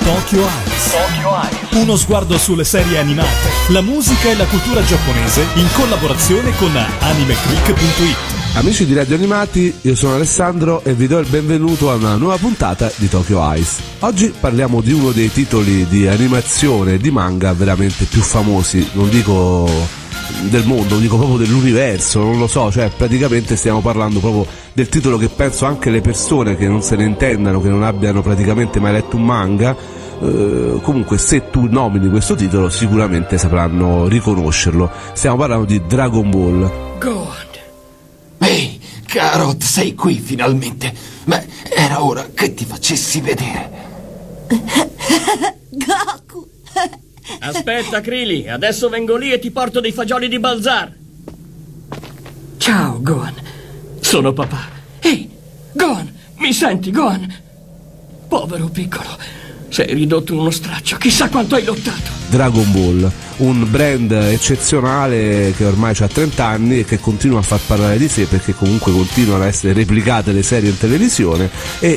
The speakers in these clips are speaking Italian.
Tokyo Eyes. Uno sguardo sulle serie animate, la musica e la cultura giapponese in collaborazione con AnimeClick.it. Amici di Radio Animati, io sono Alessandro e vi do il benvenuto a una nuova puntata di Tokyo Eyes. Oggi parliamo di uno dei titoli di animazione e di manga veramente più famosi, non dico del mondo, dico proprio dell'universo, non lo so, cioè praticamente stiamo parlando proprio del titolo che penso anche le persone che non se ne intendano, che non abbiano praticamente mai letto un manga, comunque se tu nomini questo titolo sicuramente sapranno riconoscerlo. Stiamo parlando di Dragon Ball. Gohan. Ehi, Carrot, sei qui finalmente. Ma era ora che ti facessi vedere. Goku. Aspetta, Krili, adesso vengo lì e ti porto dei fagioli di Balzar. Ciao, Gohan. Sono papà. Ehi, Gohan, mi senti, Gohan? Povero piccolo, sei ridotto in uno straccio, chissà quanto hai lottato. Dragon Ball, un brand eccezionale che ormai ha 30 anni e che continua a far parlare di sé perché comunque continuano a essere replicate le serie in televisione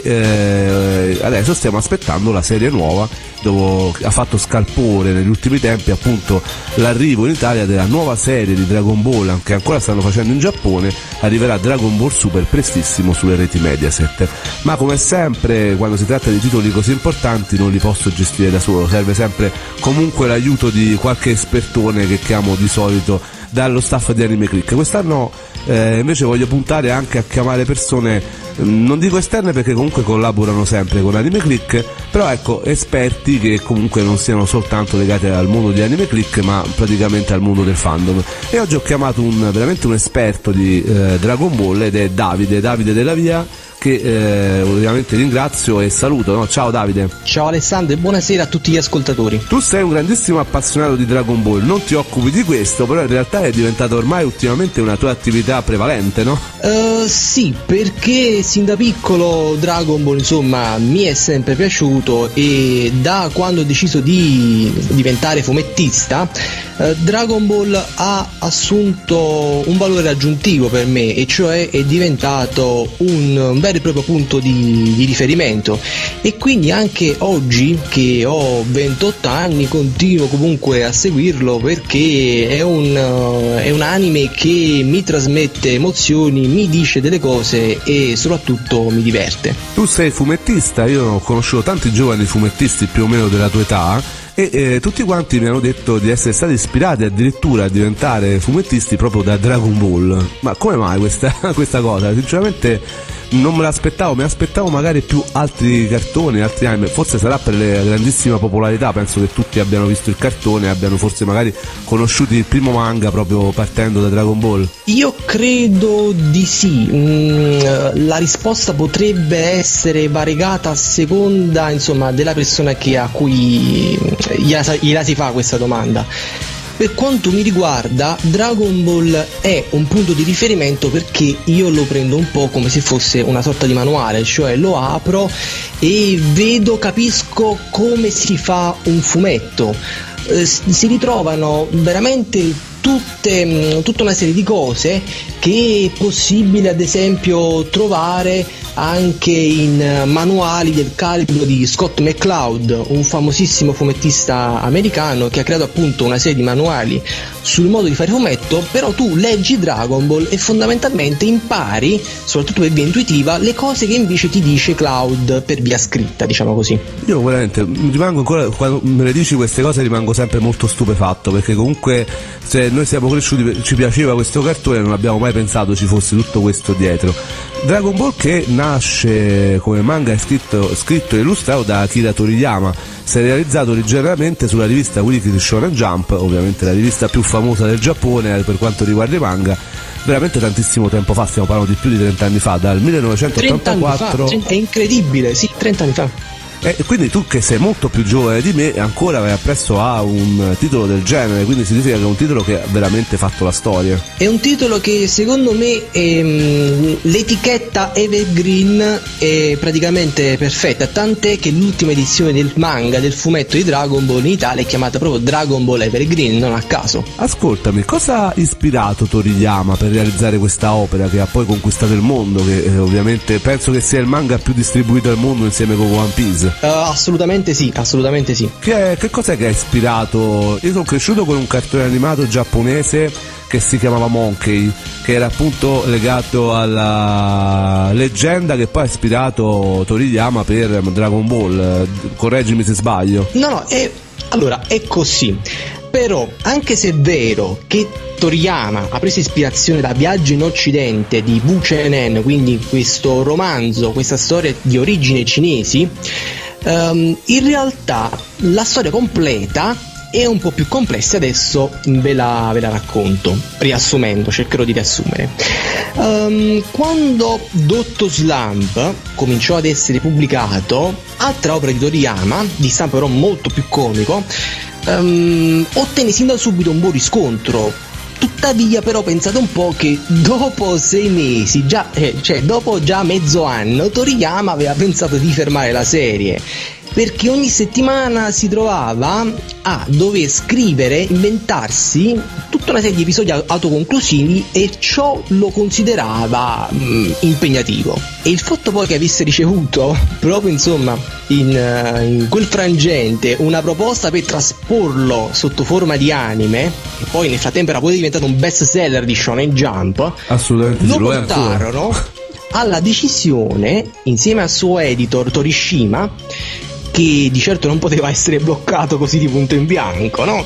e adesso stiamo aspettando la serie nuova, dove ha fatto scalpore negli ultimi tempi appunto l'arrivo in Italia della nuova serie di Dragon Ball che ancora stanno facendo in Giappone. Arriverà Dragon Ball Super prestissimo sulle reti Mediaset, ma come sempre quando si tratta di titoli così importanti non li posso gestire da solo, serve sempre comunque l'aiuto di qualche espertone che chiamo di solito dallo staff di AnimeClick. Quest'anno invece voglio puntare anche a chiamare persone, non dico esterne perché comunque collaborano sempre con AnimeClick, però ecco, esperti che comunque non siano soltanto legati al mondo di AnimeClick ma praticamente al mondo del fandom. E oggi ho chiamato veramente un esperto di Dragon Ball ed è Davide Della Via, che ovviamente ringrazio e saluto, no? Ciao Davide. Ciao Alessandro e buonasera a tutti gli ascoltatori. Tu sei un grandissimo appassionato di Dragon Ball, non ti occupi di questo, però in realtà è diventata ormai ultimamente una tua attività prevalente, no? Sì, perché sin da piccolo Dragon Ball insomma mi è sempre piaciuto e da quando ho deciso di diventare fumettista Dragon Ball ha assunto un valore aggiuntivo per me, e cioè è diventato un vero e proprio punto di riferimento, e quindi anche oggi che ho 28 anni continuo comunque a seguirlo perché è un anime che mi trasmette emozioni, mi dice delle cose e soprattutto mi diverte. Tu sei fumettista, io ho conosciuto tanti giovani fumettisti più o meno della tua età e tutti quanti mi hanno detto di essere stati ispirati addirittura a diventare fumettisti proprio da Dragon Ball. Ma come mai questa cosa? Sinceramente non me l'aspettavo, mi aspettavo magari più altri cartoni, altri anime, forse sarà per la grandissima popolarità, penso che tutti abbiano visto il cartone e abbiano forse magari conosciuto il primo manga proprio partendo da Dragon Ball. Io credo di sì, la risposta potrebbe essere variegata a seconda insomma della persona a cui gliela si fa questa domanda. Per quanto mi riguarda, Dragon Ball è un punto di riferimento perché io lo prendo un po' come se fosse una sorta di manuale, cioè lo apro e capisco come si fa un fumetto. Si ritrovano veramente tutta una serie di cose che è possibile ad esempio trovare anche in manuali del calibro di Scott McCloud, un famosissimo fumettista americano che ha creato appunto una serie di manuali sul modo di fare fumetto. Però tu leggi Dragon Ball e fondamentalmente impari, soprattutto per via intuitiva, le cose che invece ti dice Cloud per via scritta, diciamo così. Io veramente rimango ancora, quando me le dici queste cose rimango sempre molto stupefatto, perché comunque se noi siamo cresciuti, ci piaceva questo cartone, non abbiamo mai pensato ci fosse tutto questo dietro. Dragon Ball che nasce come manga scritto e illustrato da Akira Toriyama, si è realizzato originariamente sulla rivista Weekly Shonen Jump, ovviamente la rivista più famosa del Giappone per quanto riguarda i manga, veramente tantissimo tempo fa, stiamo parlando di più di 30 anni fa, dal 1984. 30 anni fa, è incredibile, sì, 30 anni fa. E quindi tu che sei molto più giovane di me ancora vai appresso a un titolo del genere, quindi significa che è un titolo che ha veramente fatto la storia. È un titolo che secondo me l'etichetta Evergreen è praticamente perfetta, tant'è che l'ultima edizione del manga, del fumetto di Dragon Ball in Italia è chiamata proprio Dragon Ball Evergreen, non a caso. Ascoltami, cosa ha ispirato Toriyama per realizzare questa opera che ha poi conquistato il mondo, che ovviamente penso che sia il manga più distribuito al mondo insieme con One Piece? Assolutamente sì. Che cos'è che ha ispirato? Io sono cresciuto con un cartone animato giapponese che si chiamava Monkey, che era appunto legato alla leggenda che poi ha ispirato Toriyama per Dragon Ball. Correggimi se sbaglio. No, allora è così. Però, anche se è vero che Toriyama ha preso ispirazione da Viaggio in Occidente di Wu Chenen, quindi questo romanzo, questa storia di origini cinesi, in realtà la storia completa è un po' più complessa. Adesso ve la racconto, riassumendo, cercherò di riassumere. Quando Dotto Slump cominciò ad essere pubblicato, altra opera di Toriyama, di stampo però molto più comico, ottenne sin da subito un buon riscontro. Tuttavia però pensate un po' che dopo 6 mesi, dopo già mezzo anno, Toriyama aveva pensato di fermare la serie, perché ogni settimana si trovava a dover scrivere, inventarsi tutta una serie di episodi autoconclusivi, e ciò lo considerava impegnativo. E il fatto poi che avesse ricevuto proprio in quel frangente una proposta per trasporlo sotto forma di anime, e poi nel frattempo era poi diventato un best seller di Shonen Jump, assolutamente lo portarono alla decisione, insieme al suo editor Torishima, che di certo non poteva essere bloccato così di punto in bianco, no?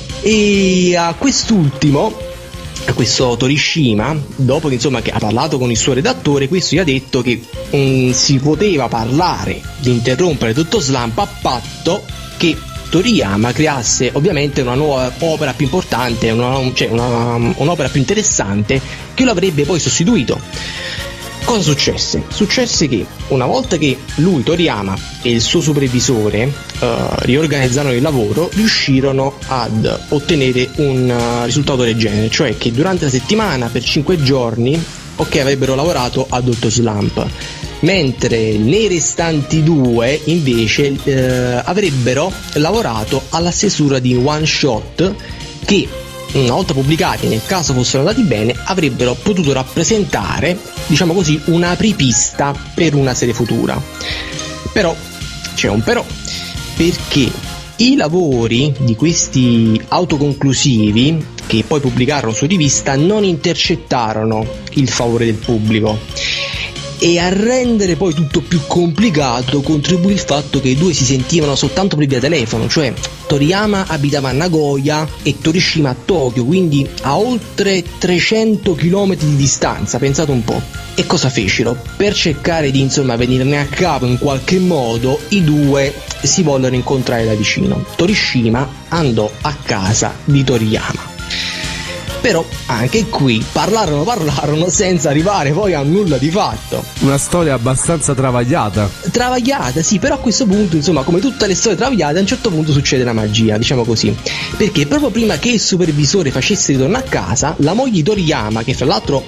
E a quest'ultimo, a questo Torishima, dopo che che ha parlato con il suo redattore, questo gli ha detto che si poteva parlare di interrompere Dotto Slump a patto che Toriyama creasse ovviamente una nuova opera più importante, un'opera più interessante che lo avrebbe poi sostituito. Cosa successe? Successe che una volta che lui, Toriyama, e il suo supervisore riorganizzarono il lavoro, riuscirono ad ottenere un risultato del genere, cioè che durante la settimana per 5 giorni avrebbero lavorato a Dotto Slump, mentre nei restanti 2 invece avrebbero lavorato alla stesura di one shot che, una volta pubblicati, nel caso fossero andati bene, avrebbero potuto rappresentare, diciamo così, una apripista per una serie futura. Però c'è un però, perché i lavori di questi autoconclusivi, che poi pubblicarono su rivista, non intercettarono il favore del pubblico, e a rendere poi tutto più complicato contribuì il fatto che i due si sentivano soltanto per via telefono, cioè Toriyama abitava a Nagoya e Torishima a Tokyo, quindi a oltre 300 km di distanza, pensate un po'. E cosa fecero? Per cercare di venirne a capo in qualche modo, i due si vollero incontrare da vicino. Torishima andò a casa di Toriyama. Però anche qui parlarono senza arrivare poi a nulla di fatto. Una storia abbastanza travagliata, sì, però a questo punto, come tutte le storie travagliate, a un certo punto succede la magia, diciamo così, perché proprio prima che il supervisore facesse ritorno a casa, la moglie di Toriyama, che fra l'altro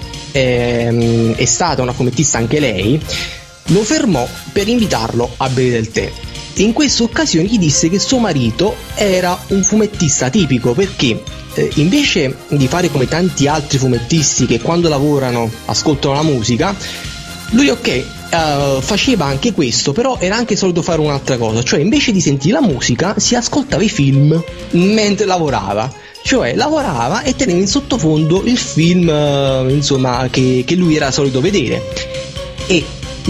è stata una fumettista anche lei, lo fermò per invitarlo a bere del tè. E in questa occasione gli disse che suo marito era un fumettista tipico, perché invece di fare come tanti altri fumettisti che quando lavorano ascoltano la musica, lui faceva anche questo, però era anche solito fare un'altra cosa, cioè invece di sentire la musica si ascoltava i film mentre lavorava, cioè lavorava e teneva in sottofondo il film che lui era solito vedere. E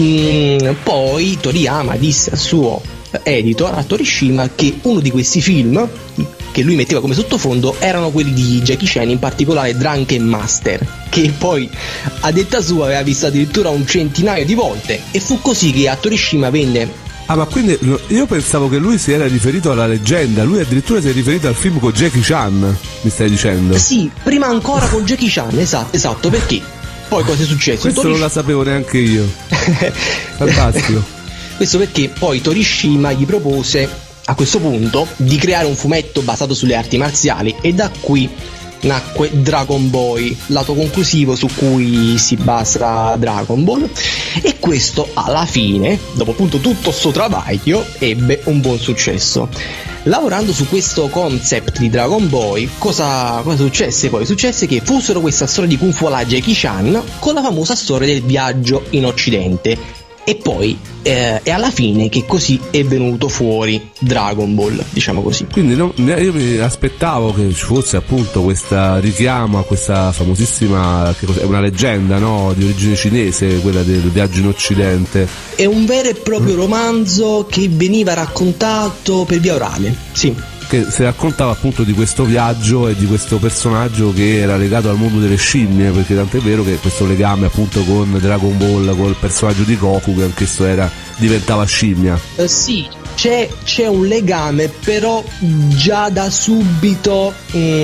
poi Toriyama disse al suo editor, a Torishima, che uno di questi film che lui metteva come sottofondo erano quelli di Jackie Chan, in particolare Drunken Master, che poi a detta sua aveva visto addirittura un centinaio di volte, e fu così che a Torishima venne. Ah, ma quindi io pensavo che lui si era riferito alla leggenda, lui addirittura si è riferito al film con Jackie Chan, mi stai dicendo? Sì, prima ancora con Jackie Chan, esatto, perché poi cosa è successo? Questo non la sapevo neanche io. Fantastico. Questo perché poi Torishima gli propose a questo punto di creare un fumetto basato sulle arti marziali, e da qui nacque Dragon Boy, lato conclusivo su cui si basa Dragon Ball, e questo alla fine, dopo appunto tutto sto travaglio, ebbe un buon successo. Lavorando su questo concept di Dragon Boy, cosa successe poi? Successe che fusero questa storia di Kung Fu alla Jackie Chan con la famosa storia del viaggio in Occidente, E poi è alla fine che così è venuto fuori Dragon Ball, diciamo così. Quindi io mi aspettavo che ci fosse appunto questa richiamo a questa famosissima, che è una leggenda, no? Di origine cinese, quella del viaggio in Occidente. È un vero e proprio romanzo che veniva raccontato per via orale, sì. Che si raccontava appunto di questo viaggio e di questo personaggio che era legato al mondo delle scimmie, perché tant'è vero che questo legame appunto con Dragon Ball, col personaggio di Goku, che anch'esso diventava scimmia. Sì, c'è un legame, però già da subito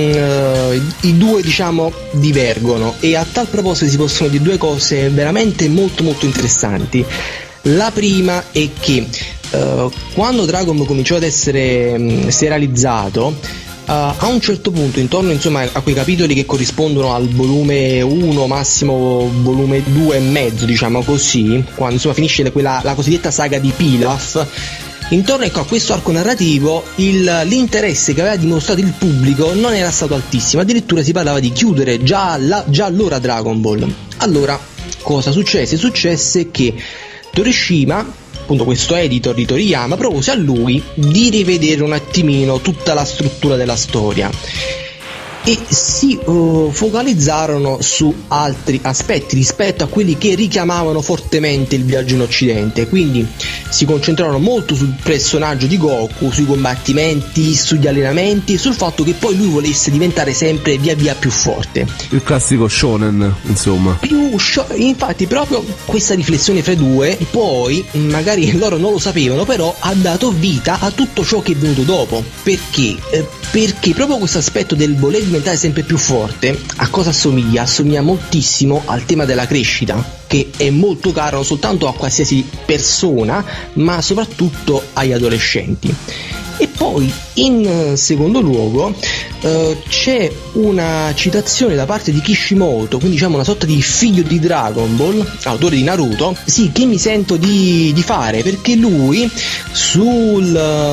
i due, diciamo, divergono, e a tal proposito si possono dire due cose veramente molto molto interessanti. La prima è che quando Dragon Ball cominciò ad essere serializzato, a un certo punto, intorno insomma a quei capitoli che corrispondono al volume 1, massimo volume 2 e mezzo, diciamo così, quando insomma finisce la cosiddetta saga di Pilaf, intorno a questo arco narrativo l'interesse che aveva dimostrato il pubblico non era stato altissimo, addirittura si parlava di chiudere già allora Dragon Ball. Allora cosa successe? Successe che Torishima, appunto questo editor di Toriyama, propose a lui di rivedere un attimino tutta la struttura della storia e si focalizzarono su altri aspetti rispetto a quelli che richiamavano fortemente il viaggio in Occidente. Quindi si concentrarono molto sul personaggio di Goku, sui combattimenti, sugli allenamenti, sul fatto che poi lui volesse diventare sempre via via più forte. Il classico shonen, insomma. Infatti proprio questa riflessione fra i due poi, magari loro non lo sapevano, però ha dato vita a tutto ciò che è venuto dopo. Perché proprio questo aspetto del voler diventare sempre più forte, a cosa assomiglia? Assomiglia moltissimo al tema della crescita, che è molto caro non soltanto a qualsiasi persona, ma soprattutto agli adolescenti. E poi in secondo luogo c'è una citazione da parte di Kishimoto, quindi diciamo una sorta di figlio di Dragon Ball, autore di Naruto, sì, che mi sento di fare, perché lui sul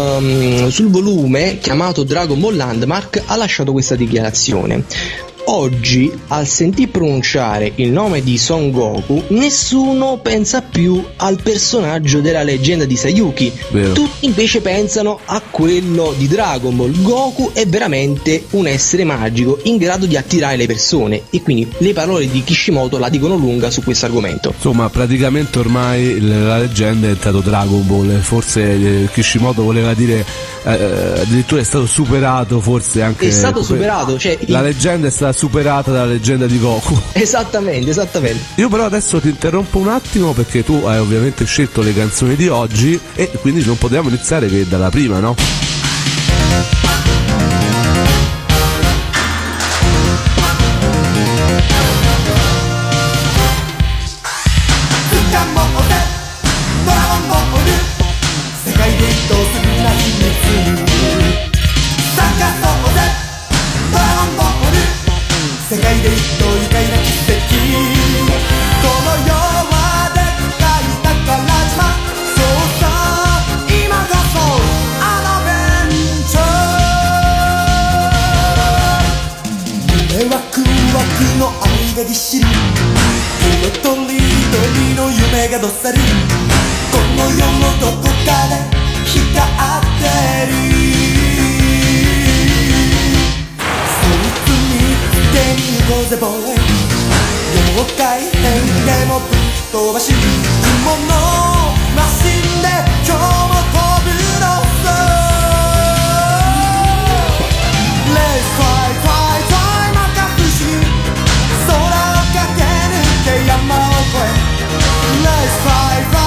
volume chiamato Dragon Ball Landmark ha lasciato questa dichiarazione: oggi, al sentir pronunciare il nome di Son Goku, nessuno pensa più al personaggio della leggenda di Sayuki. Vero. Tutti invece pensano a quello di Dragon Ball. Goku è veramente un essere magico in grado di attirare le persone, e quindi le parole di Kishimoto la dicono lunga su questo argomento. Insomma, praticamente ormai la leggenda è diventato Dragon Ball. Forse Kishimoto voleva dire addirittura è stato superato, forse anche. È stato superato, cioè la leggenda è stata superata dalla leggenda di Goku. Esattamente. Io però adesso ti interrompo un attimo, perché tu hai ovviamente scelto le canzoni di oggi e quindi non potevamo iniziare che dalla prima, no? Let's fly, fly.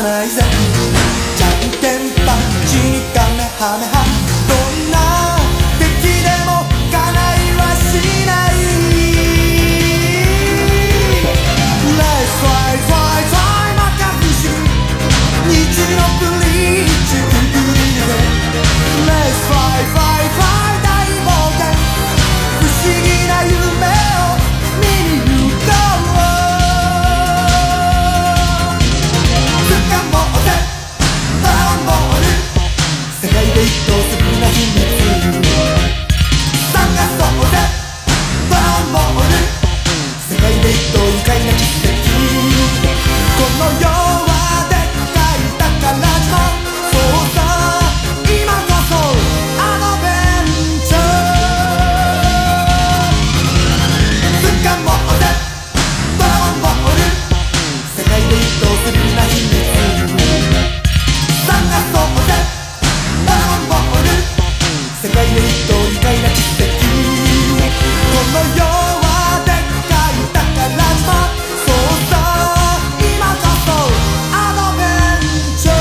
ないぜじゃんけんパンチにカメハメハどんな敵でも叶いはしないLet's fly fly fly まか不思議虹のブリーチくぐり抜け Let's fly fly fly 大冒険不思議な夢を見に行こう掴もうぜドラゴンボール世界で一等するな秘密探そうぜドラゴンボール世界で一等愉快な奇跡この世はでっかい宝島そうさ今こそアドベンチャー掴もうぜドラゴンボール世界で一等するな秘密探そうぜドラゴンボール世界で一等愉快な奇跡この世はでっかい宝島そうさ今こそアドベンチャ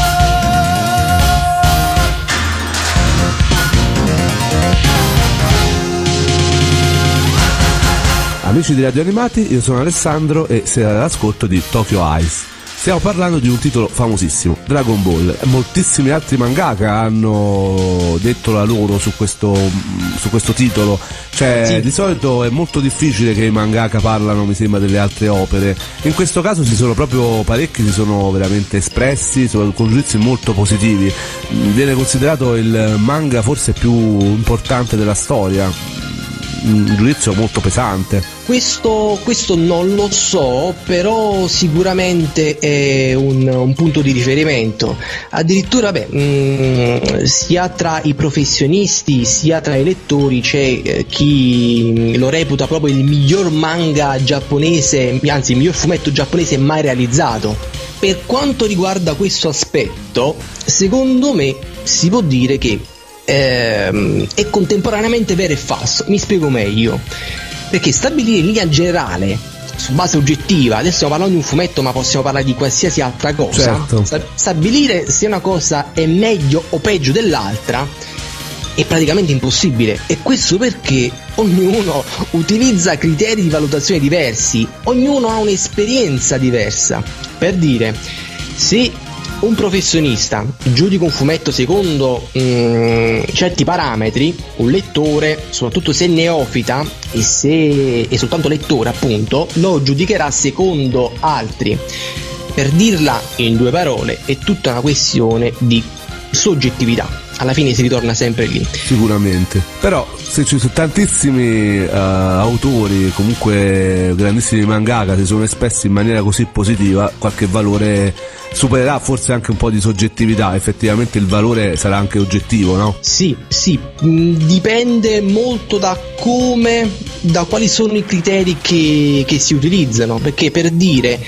ー Amici di Radio Animati, io sono Alessandro e siete all'ascolto di Tokyo Eyes. Stiamo parlando di un titolo famosissimo, Dragon Ball. Moltissimi altri mangaka hanno detto la loro su questo titolo. Cioè, sì. Di solito è molto difficile che i mangaka parlano, mi sembra, delle altre opere. In questo caso parecchi si sono veramente espressi con giudizi molto positivi. Viene considerato il manga forse più importante della storia. Un giudizio molto pesante. Questo non lo so, però sicuramente è un punto di riferimento. Addirittura sia tra i professionisti sia tra i lettori c'è chi lo reputa proprio il miglior manga giapponese, anzi il miglior fumetto giapponese mai realizzato. Per quanto riguarda questo aspetto, secondo me si può dire che è contemporaneamente vero e falso. Mi spiego meglio, perché stabilire in linea generale su base oggettiva, adesso stiamo parlando di un fumetto ma possiamo parlare di qualsiasi altra cosa, certo. Stabilire se una cosa è meglio o peggio dell'altra è praticamente impossibile, e questo perché ognuno utilizza criteri di valutazione diversi, ognuno ha un'esperienza diversa. Per dire, se un professionista giudica un fumetto secondo certi parametri, un lettore, soprattutto se neofita e se è soltanto lettore appunto, lo giudicherà secondo altri. Per dirla in due parole, è tutta una questione di soggettività. Alla fine si ritorna sempre lì. Sicuramente. Però se ci sono tantissimi autori, comunque grandissimi mangaka, si sono espressi in maniera così positiva, qualche valore supererà forse anche un po' di soggettività. Effettivamente il valore sarà anche oggettivo, no? Sì, dipende molto da quali sono i criteri che si utilizzano, perché per dire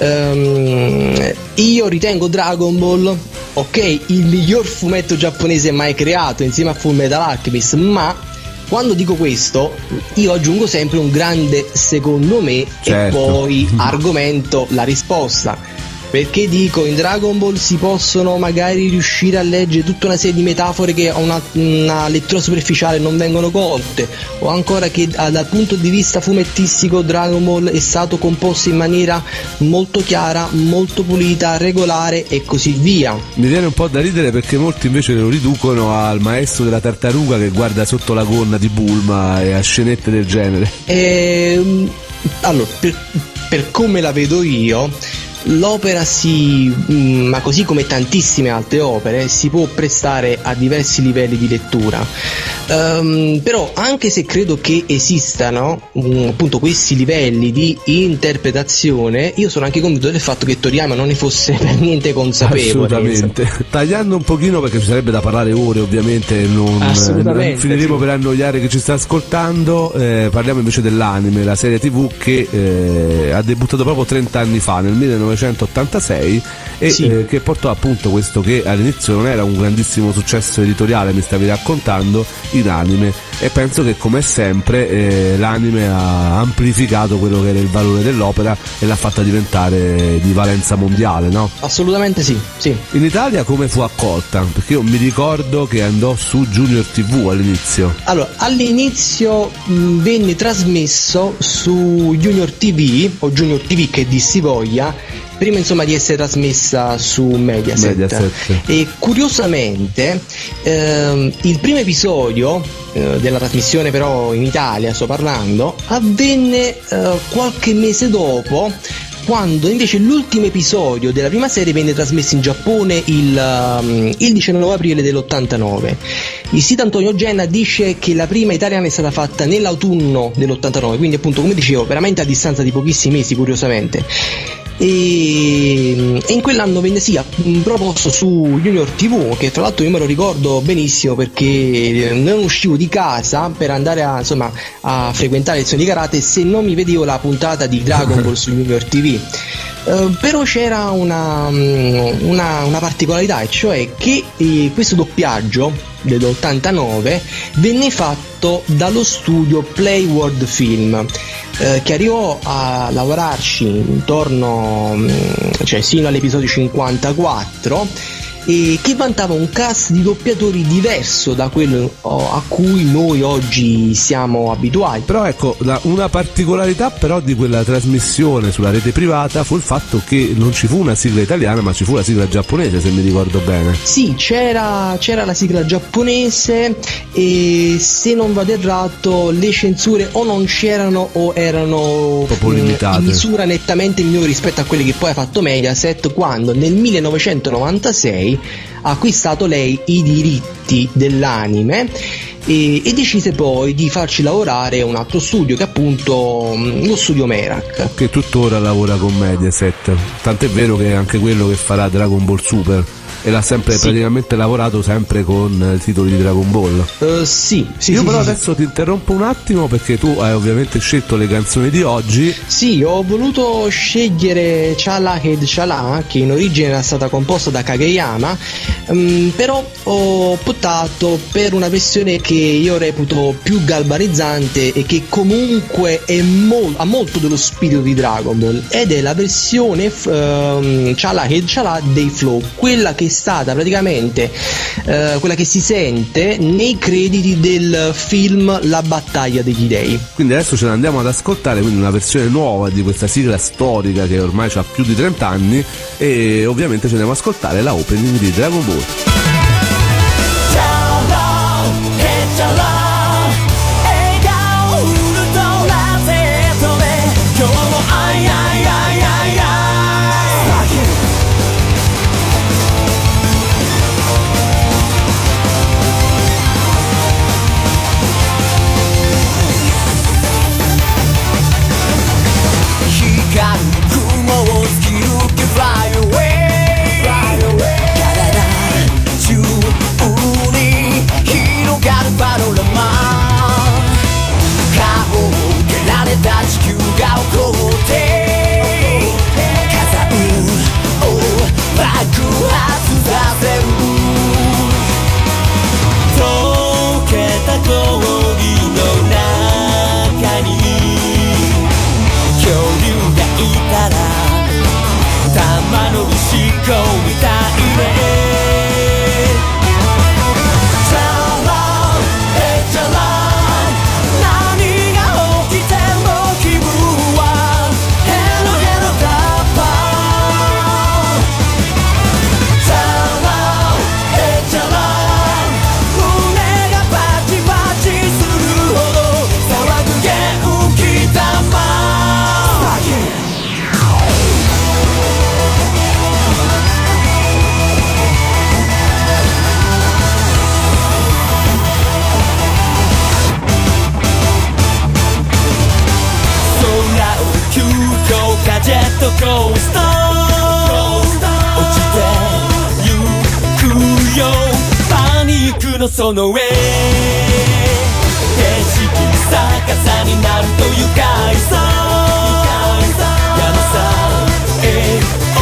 io ritengo Dragon Ball, ok, il miglior fumetto giapponese mai creato insieme a Fullmetal Alchemist, ma quando dico questo io aggiungo sempre un grande secondo me, certo. E poi argomento la risposta. Perché dico, in Dragon Ball si possono magari riuscire a leggere tutta una serie di metafore che a una lettura superficiale non vengono colte, o ancora che dal punto di vista fumettistico Dragon Ball è stato composto in maniera molto chiara, molto pulita, regolare e così via. Mi viene un po' da ridere perché molti invece lo riducono al maestro della tartaruga che guarda sotto la gonna di Bulma e a scenette del genere. Allora, per come la vedo io, l'opera ma così come tantissime altre opere si può prestare a diversi livelli di lettura, però anche se credo che esistano appunto questi livelli di interpretazione, io sono anche convinto del fatto che Toriyama non ne fosse per niente consapevole. Assolutamente. Tagliando un pochino, perché ci sarebbe da parlare ore ovviamente, non finiremo per annoiare chi ci sta ascoltando. Parliamo invece dell'anime, la serie TV che ha debuttato proprio 30 anni fa, nel 19 1986 e Sì. che portò appunto questo che all'inizio non era un grandissimo successo editoriale, mi stavi raccontando, in anime, e penso che come sempre l'anime ha amplificato quello che era il valore dell'opera e l'ha fatta diventare di valenza mondiale, no? Assolutamente sì, sì. In Italia come fu accolta? Perché io mi ricordo che andò su Junior TV all'inizio. Allora, all'inizio venne trasmesso su Junior TV o Junior TV che dir si voglia, prima insomma di essere trasmessa su Mediaset. E curiosamente il primo episodio della trasmissione, però in Italia sto parlando, avvenne qualche mese dopo, quando invece l'ultimo episodio della prima serie venne trasmesso in Giappone il 19 aprile dell'89. Il sito Antonio Genna dice che la prima italiana è stata fatta nell'autunno dell'89, quindi appunto, come dicevo, veramente a distanza di pochissimi mesi, curiosamente. E in quell'anno venne proposto su Junior TV, che tra l'altro io me lo ricordo benissimo perché non uscivo di casa per andare a frequentare lezioni di karate se non mi vedevo la puntata di Dragon Ball su Junior TV. Però c'era una particolarità, e cioè che questo doppiaggio dell'89 venne fatto dallo studio Play World Film, che arrivò a lavorarci sino all'episodio 54, e che vantava un cast di doppiatori diverso da quello a cui noi oggi siamo abituati. Però ecco, una particolarità però di quella trasmissione sulla rete privata fu il fatto che non ci fu una sigla italiana, ma ci fu la sigla giapponese, se mi ricordo bene. Sì, c'era la sigla giapponese, e se non vado errato le censure o non c'erano o erano proprio limitate, in misura nettamente migliori rispetto a quelle che poi ha fatto Mediaset, quando nel 1996 ha acquistato lei i diritti dell'anime e decise poi di farci lavorare un altro studio, che è appunto lo studio Merak, che tuttora lavora con Mediaset, tant'è vero che è anche quello che farà Dragon Ball Super, e l'ha sempre praticamente lavorato sempre con titoli di Dragon Ball. Sì. Io però adesso ti interrompo un attimo, perché tu hai ovviamente scelto le canzoni di oggi. Sì, ho voluto scegliere Chala Head Chala, che in origine era stata composta da Kageyama, però ho optato per una versione che io reputo più galvanizzante e che comunque ha molto dello spirito di Dragon Ball, ed è la versione Chala Head Chala dei Flow, quella che è stata praticamente quella che si sente nei crediti del film La battaglia degli dei. Quindi adesso ce l'andiamo ad ascoltare, quindi una versione nuova di questa sigla storica che ormai ha più di 30 anni, e ovviamente ci andiamo ad ascoltare la opening di Dragon Ball. のその上景色逆さになると愉快さ矢野さん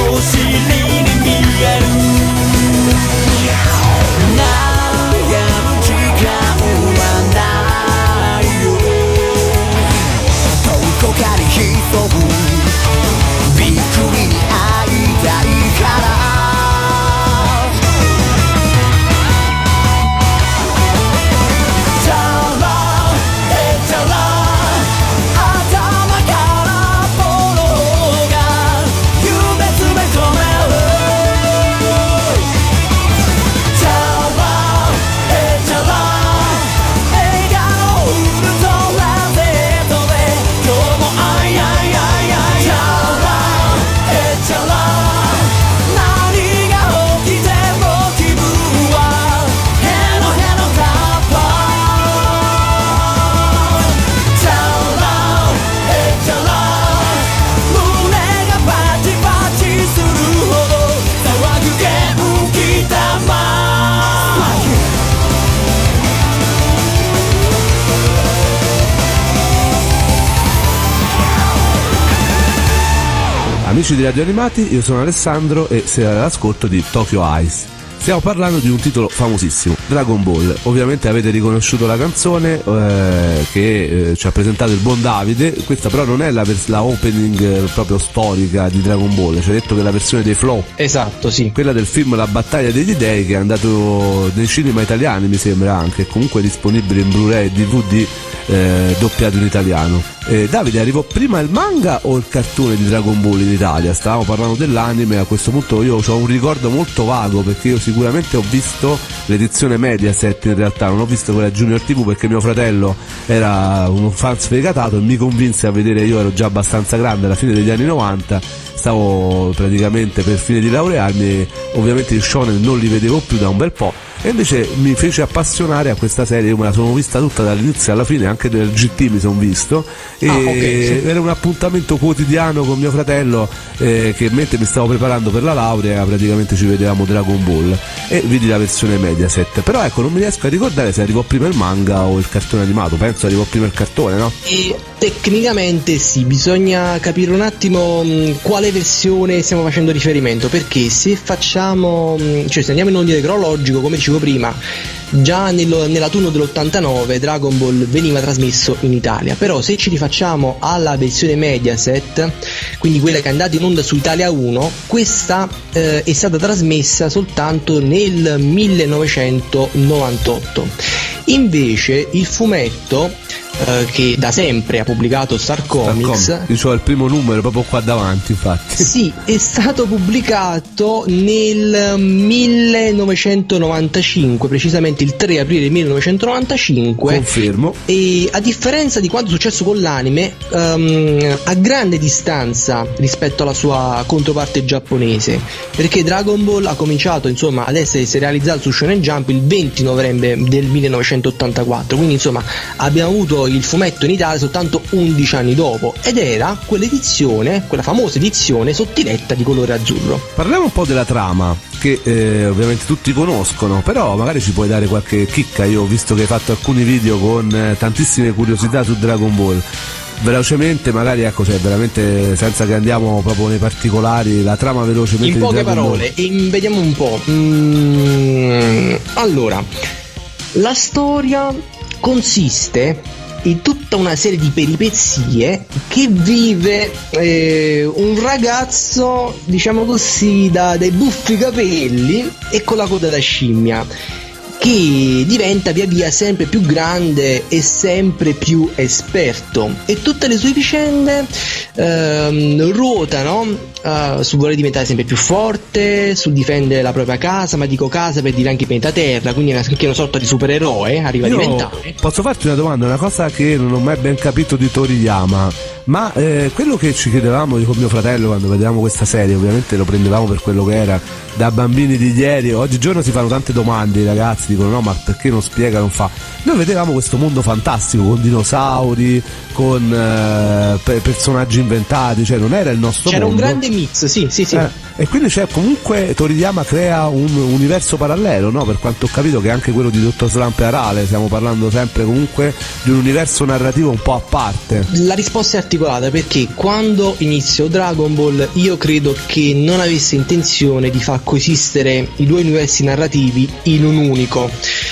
Amici di Radio Animati, io sono Alessandro e siete all'ascolto di Tokyo Eyes. Stiamo parlando di un titolo famosissimo, Dragon Ball. Ovviamente avete riconosciuto la canzone che ci ha presentato il buon Davide. Questa però non è la opening proprio storica di Dragon Ball, ci ha detto che è la versione dei Flow. Esatto, sì. Quella del film La battaglia degli dei, che è andato nei cinema italiani, mi sembra anche, comunque è disponibile in Blu-ray e DVD doppiato in italiano. Davide, arrivò prima il manga o il cartone di Dragon Ball in Italia? Stavamo parlando dell'anime, a questo punto io ho un ricordo molto vago, perché io sicuramente ho visto l'edizione Mediaset, in realtà non ho visto quella Junior TV perché mio fratello era un fan sfegatato e mi convinse a vedere. Io ero già abbastanza grande alla fine degli anni 90, stavo praticamente per fine di laurearmi e ovviamente i shonen non li vedevo più da un bel po', e invece mi fece appassionare a questa serie. Io me la sono vista tutta dall'inizio alla fine, anche del GT mi sono visto, e okay, sì. Era un appuntamento quotidiano con mio fratello, che mentre mi stavo preparando per la laurea praticamente ci vedevamo Dragon Ball e vidi la versione Mediaset. Però ecco, non mi riesco a ricordare se arrivò prima il manga o il cartone animato. Penso arrivò prima il cartone, no? E tecnicamente sì, bisogna capire un attimo quale versione stiamo facendo riferimento, perché se facciamo, cioè se andiamo in ordine cronologico, come dicevo prima, già nell'autunno dell'89 Dragon Ball veniva trasmesso in Italia, però se ci rifacciamo alla versione Mediaset, quindi quella che è andata in onda su Italia 1, questa è stata trasmessa soltanto nel 1998. Invece il fumetto che da sempre ha pubblicato Star Comics, io ho il primo numero proprio qua davanti, infatti. Sì, è stato pubblicato nel 1995, precisamente il 3 aprile 1995. Confermo. E a differenza di quanto è successo con l'anime, a grande distanza rispetto alla sua controparte giapponese, perché Dragon Ball ha cominciato insomma ad essere serializzato su Shonen Jump il 20 novembre del 1984, quindi insomma abbiamo avuto il fumetto in Italia soltanto 11 anni dopo, ed era quell'edizione, quella famosa edizione sottiletta di colore azzurro. Parliamo un po' della trama, che ovviamente tutti conoscono, però magari ci puoi dare qualche chicca. Io ho visto che hai fatto alcuni video con tantissime curiosità su Dragon Ball. Velocemente, magari, ecco, cioè veramente senza che andiamo proprio nei particolari, la trama velocemente in di poche Dragon parole, Ball. vediamo un po'. Allora, la storia consiste in tutta una serie di peripezie che vive un ragazzo, diciamo così, dai buffi capelli e con la coda da scimmia, che diventa via via sempre più grande e sempre più esperto, e tutte le sue vicende ruotano su voler diventare sempre più forte, sul difendere la propria casa, ma dico casa per dire anche pianeta Terra, quindi è anche una sorta di supereroe, arriva a diventare. Posso farti una domanda, una cosa che non ho mai ben capito di Toriyama, ma quello che ci chiedevamo con mio fratello quando vedevamo questa serie, ovviamente lo prendevamo per quello che era, da bambini di ieri, oggigiorno si fanno tante domande, i ragazzi dicono no, ma perché non spiega, non fa. Noi vedevamo questo mondo fantastico con dinosauri, con personaggi inventati, cioè non era il nostro c'era mondo. Un grande mix, sì. E quindi c'è comunque Toriyama crea un universo parallelo, no? Per quanto ho capito, che è anche quello di Dottor Slump e Arale, stiamo parlando sempre comunque di un universo narrativo un po' a parte. La risposta è articolata, perché quando iniziò Dragon Ball io credo che non avesse intenzione di far coesistere i due universi narrativi in un unico.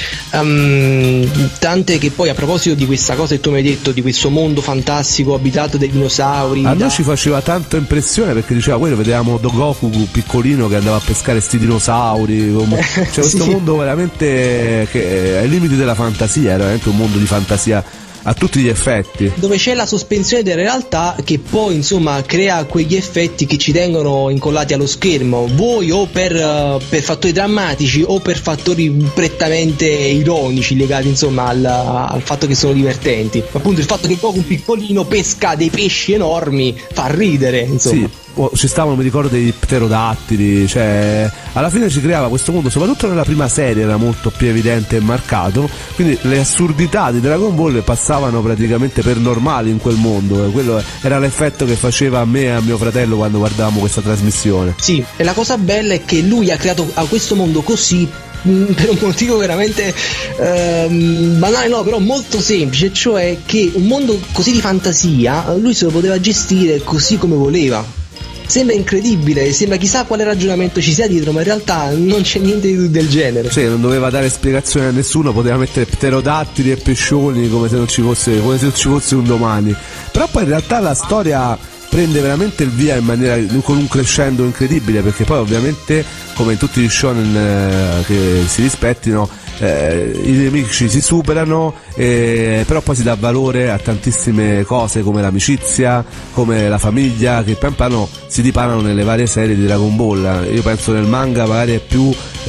Tant'è che poi, a proposito di questa cosa che tu mi hai detto, di questo mondo fantastico abitato dai dinosauri, a noi ci faceva tanto impressione, perché diceva, poi lo vedevamo Goku piccolino che andava a pescare sti dinosauri, cioè questo mondo veramente che è ai limiti della fantasia, era veramente un mondo di fantasia a tutti gli effetti, dove c'è la sospensione della realtà che poi insomma crea quegli effetti che ci tengono incollati allo schermo, vuoi o per fattori drammatici o per fattori prettamente ironici legati insomma al fatto che sono divertenti. Appunto il fatto che Goku piccolino pesca dei pesci enormi fa ridere, insomma. Sì. Ci stavano, mi ricordo, dei pterodattili, cioè alla fine si creava questo mondo, soprattutto nella prima serie era molto più evidente e marcato, quindi le assurdità di Dragon Ball passavano praticamente per normali in quel mondo, quello era l'effetto che faceva a me e a mio fratello quando guardavamo questa trasmissione. Sì, e la cosa bella è che lui ha creato a questo mondo così per un motivo veramente banale, no, però molto semplice, cioè che un mondo così di fantasia lui se lo poteva gestire così come voleva. sembra incredibile, sembra chissà quale ragionamento ci sia dietro, ma in realtà non c'è niente del genere. Sì, non doveva dare spiegazioni a nessuno, poteva mettere pterodattili e pescioni come se non ci fosse un domani. Però poi in realtà la storia prende veramente il via in maniera, con un crescendo incredibile, perché poi ovviamente, come in tutti gli shonen che si rispettino, i nemici si superano, però poi si dà valore a tantissime cose come l'amicizia, come la famiglia, che pian piano si dipanano nelle varie serie di Dragon Ball. Io penso nel manga magari è più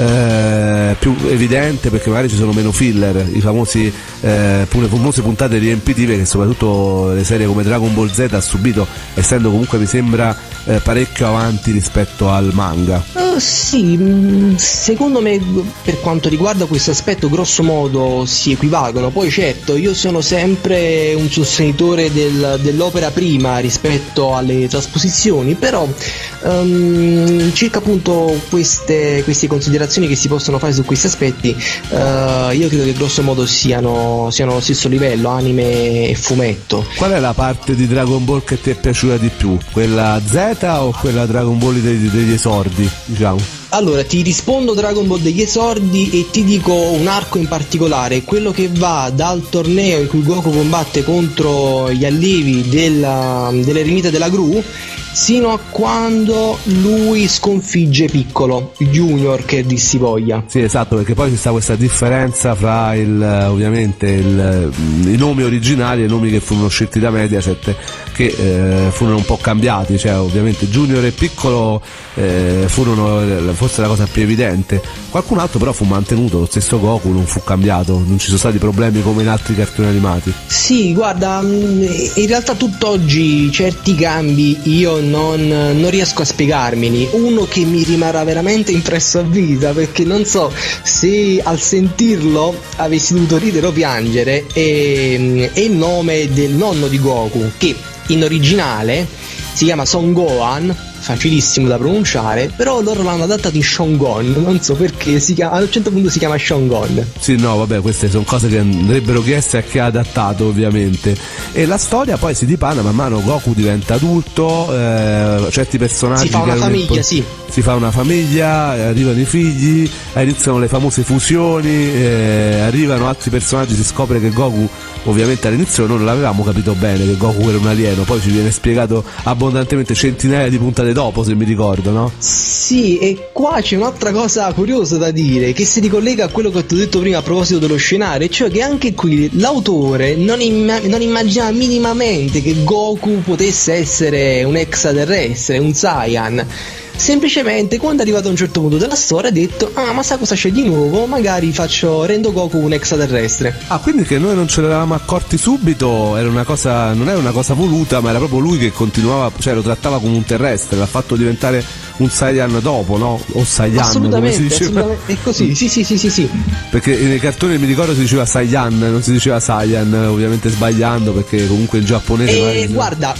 evidente, perché magari ci sono meno filler, i famosi le famose puntate riempitive che soprattutto le serie come Dragon Ball Z ha subito, essendo comunque mi sembra parecchio avanti rispetto al manga. Sì, secondo me per quanto riguarda questo aspetto grosso modo si equivalgono. Poi certo, io sono sempre un sostenitore dell'opera prima rispetto alle trasposizioni, però circa appunto queste considerazioni che si possono fare su questi aspetti, io credo che grosso modo siano allo stesso livello, anime e fumetto. Qual è la parte di Dragon Ball che ti è piaciuta di più? Quella Z o quella Dragon Ball degli esordi, diciamo? Allora, ti rispondo Dragon Ball degli esordi e ti dico un arco in particolare, quello che va dal torneo in cui Goku combatte contro gli allievi dell'eremita della Gru, sino a quando lui sconfigge Piccolo Junior, che dir si voglia. Sì, esatto, perché poi ci sta questa differenza fra ovviamente i nomi originali e i nomi che furono scelti da Mediaset, che furono un po' cambiati, cioè ovviamente Junior e Piccolo furono forse la cosa più evidente. Qualcun altro però fu mantenuto, lo stesso Goku non fu cambiato, non ci sono stati problemi come in altri cartoni animati. Sì, guarda, in realtà tutt'oggi certi cambi io non riesco a spiegarmeli. Uno che mi rimarrà veramente impresso a vita, perché non so se al sentirlo avessi dovuto ridere o piangere, è il nome del nonno di Goku, che in originale si chiama Son Gohan, facilissimo da pronunciare, però loro l'hanno adattato in Shongon, non so perché a un certo punto si chiama Shongon. Sì, no, vabbè, queste sono cose che andrebbero chieste a chi ha adattato, ovviamente. E la storia poi si dipana man mano, Goku diventa adulto, certi personaggi si fa una famiglia, sì. Si fa una famiglia, arrivano i figli, iniziano le famose fusioni, arrivano altri personaggi, si scopre che Goku, ovviamente all'inizio non l'avevamo capito bene che Goku era un alieno, poi ci viene spiegato abbondantemente centinaia di puntate dopo, se mi ricordo, no? Sì, e qua c'è un'altra cosa curiosa da dire, che si ricollega a quello che ti ho detto prima a proposito dello scenario, cioè che anche qui l'autore non immaginava minimamente che Goku potesse essere un extraterrestre, un Saiyan. Semplicemente quando è arrivato a un certo punto della storia ha detto: ah, ma sa cosa c'è di nuovo? Magari rendo Goku un extraterrestre. Ah, quindi che noi non ce l'eravamo accorti subito, era una cosa, non era una cosa voluta, ma era proprio lui che continuava, cioè lo trattava come un terrestre, l'ha fatto diventare un Saiyan dopo, no? O Saiyan, assolutamente, come si diceva. assolutamente, è così, sì. Perché nei cartoni mi ricordo si diceva Saiyan, non si diceva Saiyan, ovviamente sbagliando, perché comunque in giapponese guarda,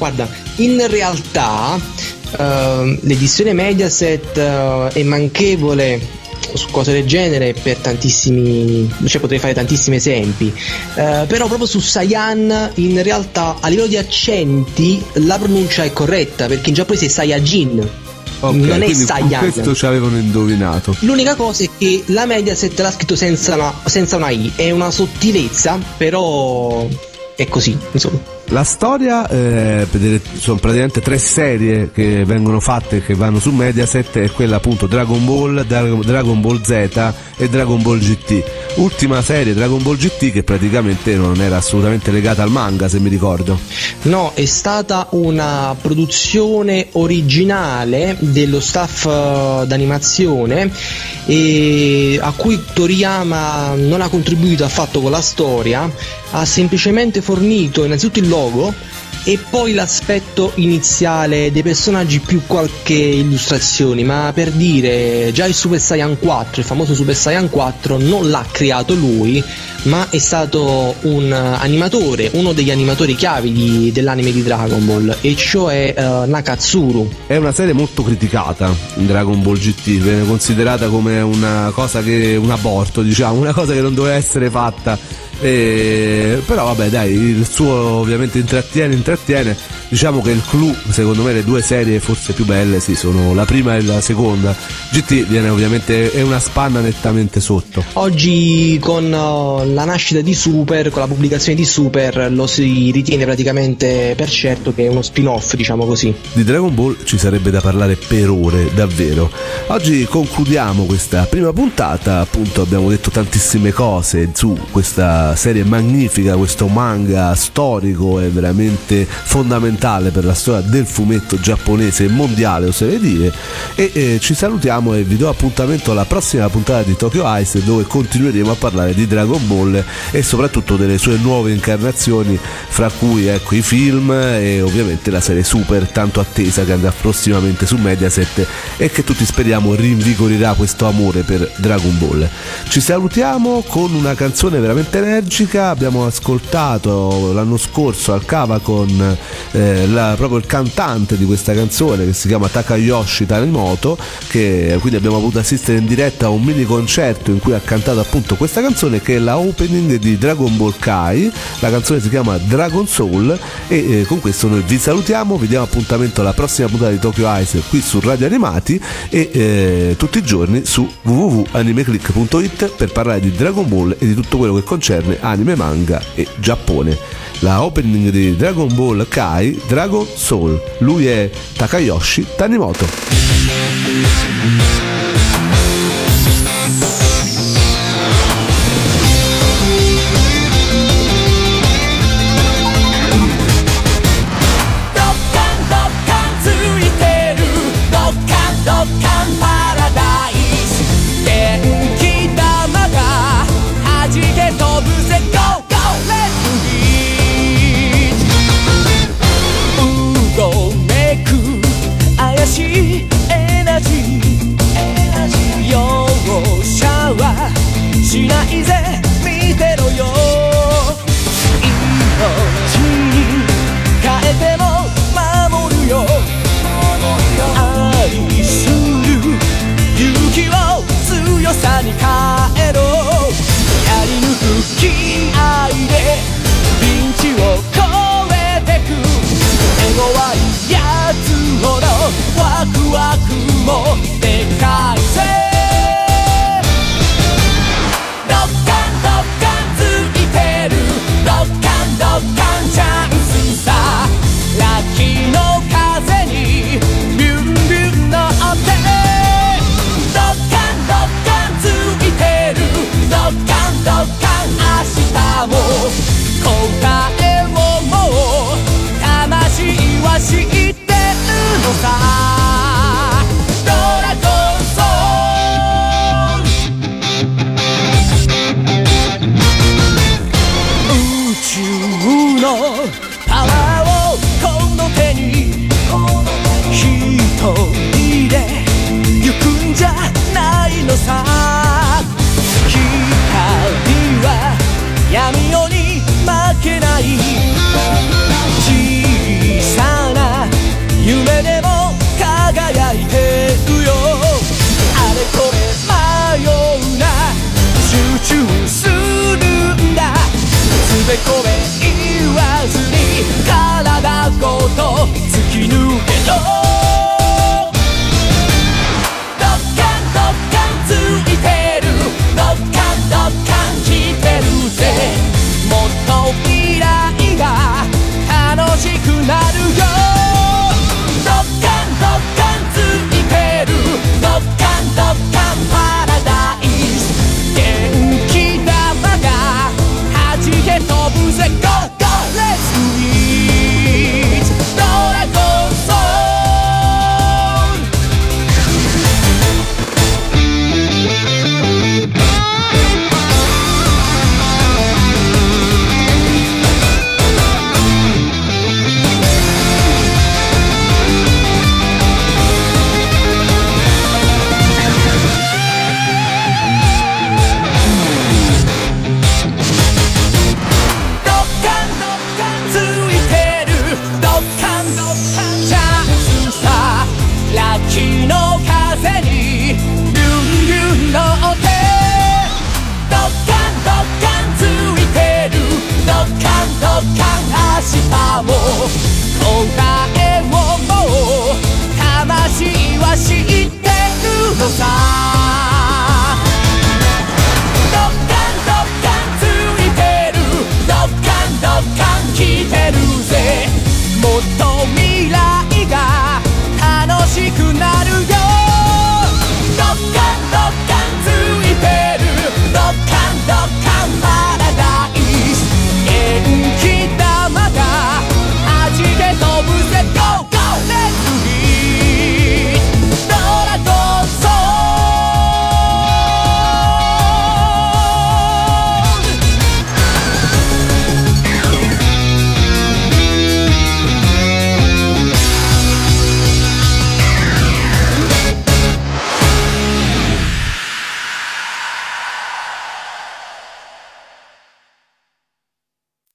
in realtà l'edizione Mediaset è manchevole su cose del genere per tantissimi, cioè potrei fare tantissimi esempi, però proprio su Saiyan in realtà a livello di accenti la pronuncia è corretta, perché in giapponese è Saiyajin. Okay, non è Saiyan. Questo ci avevano indovinato. L'unica cosa è che la Mediaset l'ha scritto senza una I, è una sottilezza, però è così, insomma. La storia, sono praticamente 3 serie che vengono fatte, che vanno su Mediaset, è quella appunto Dragon Ball, Dragon Ball Z e Dragon Ball GT. Ultima serie, Dragon Ball GT, che praticamente non era assolutamente legata al manga, se mi ricordo. No, è stata una produzione originale dello staff d'animazione, e a cui Toriyama non ha contribuito affatto con la storia, ha semplicemente fornito innanzitutto il logo e poi l'aspetto iniziale dei personaggi più qualche illustrazione, ma per dire, già il Super Saiyan 4, il famoso Super Saiyan 4 non l'ha creato lui, ma è stato un animatore, uno degli animatori chiavi dell'anime di Dragon Ball, e cioè Nakatsuru. È una serie molto criticata in Dragon Ball GT, viene considerata come una cosa un aborto, diciamo, una cosa che non doveva essere fatta. Però vabbè dai, il suo ovviamente intrattiene. Diciamo che il clou, secondo me le due serie forse più belle sì sono la prima e la seconda. GT viene ovviamente, è una spanna nettamente sotto. Oggi con la nascita di Super, con la pubblicazione di Super, lo si ritiene praticamente per certo che è uno spin-off, diciamo così. Di Dragon Ball ci sarebbe da parlare per ore, davvero. Oggi concludiamo questa prima puntata, appunto abbiamo detto tantissime cose su questa serie magnifica, questo manga storico e veramente fondamentale per la storia del fumetto giapponese e mondiale, oserei dire, e ci salutiamo e vi do appuntamento alla prossima puntata di Tokyo Ice, dove continueremo a parlare di Dragon Ball e soprattutto delle sue nuove incarnazioni, fra cui ecco i film e ovviamente la serie Super tanto attesa che andrà prossimamente su Mediaset e che tutti speriamo rinvigorirà questo amore per Dragon Ball. Ci salutiamo con una canzone veramente energica. Abbiamo ascoltato l'anno scorso al Cava con proprio il cantante di questa canzone, che si chiama Takayoshi Tanimoto, che quindi abbiamo potuto assistere in diretta a un mini concerto in cui ha cantato appunto questa canzone, che è la opening di Dragon Ball Kai. La canzone si chiama Dragon Soul e con questo noi vi salutiamo, vi diamo appuntamento alla prossima puntata di Tokyo Ice qui su Radio Animati e tutti i giorni su www.animeclick.it per parlare di Dragon Ball e di tutto quello che concerne anime, manga e Giappone. La opening di Dragon Ball Kai, Dragon Soul. Lui è Takayoshi Tanimoto.